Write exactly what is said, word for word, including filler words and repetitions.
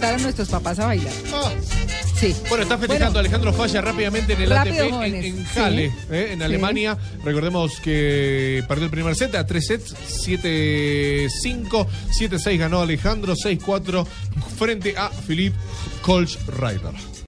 sentar a nuestros papás a bailar. Ah. Sí. Bueno, está festejando Bueno, Alejandro Falla rápidamente en el rápido, A T P en, jóvenes. en Sí. Halle, eh, en Sí. Alemania. Recordemos que perdió el primer set a tres sets, siete cinco, siete seis ganó Alejandro, seis cuatro frente a Philipp Kohlschreiber.